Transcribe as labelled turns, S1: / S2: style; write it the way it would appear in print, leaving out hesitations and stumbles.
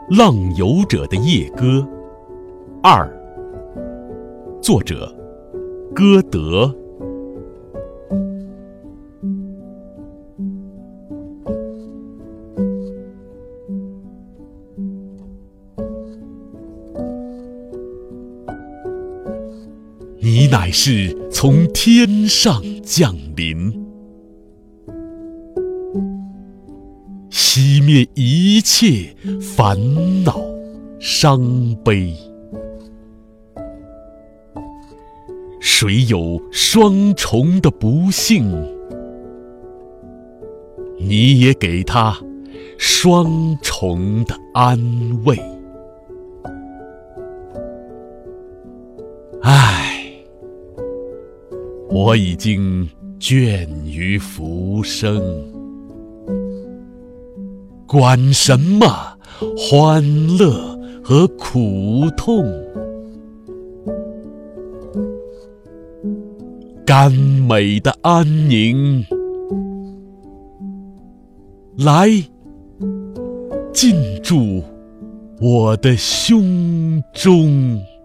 S1: 浪游者的夜歌二，作者歌德。你乃是从天上降临，熄灭一切烦恼伤悲。谁有双重的不幸，你也给他双重的安慰。我已经倦于浮生，管什么欢乐和苦痛？甘美的安宁，来进驻我的胸中。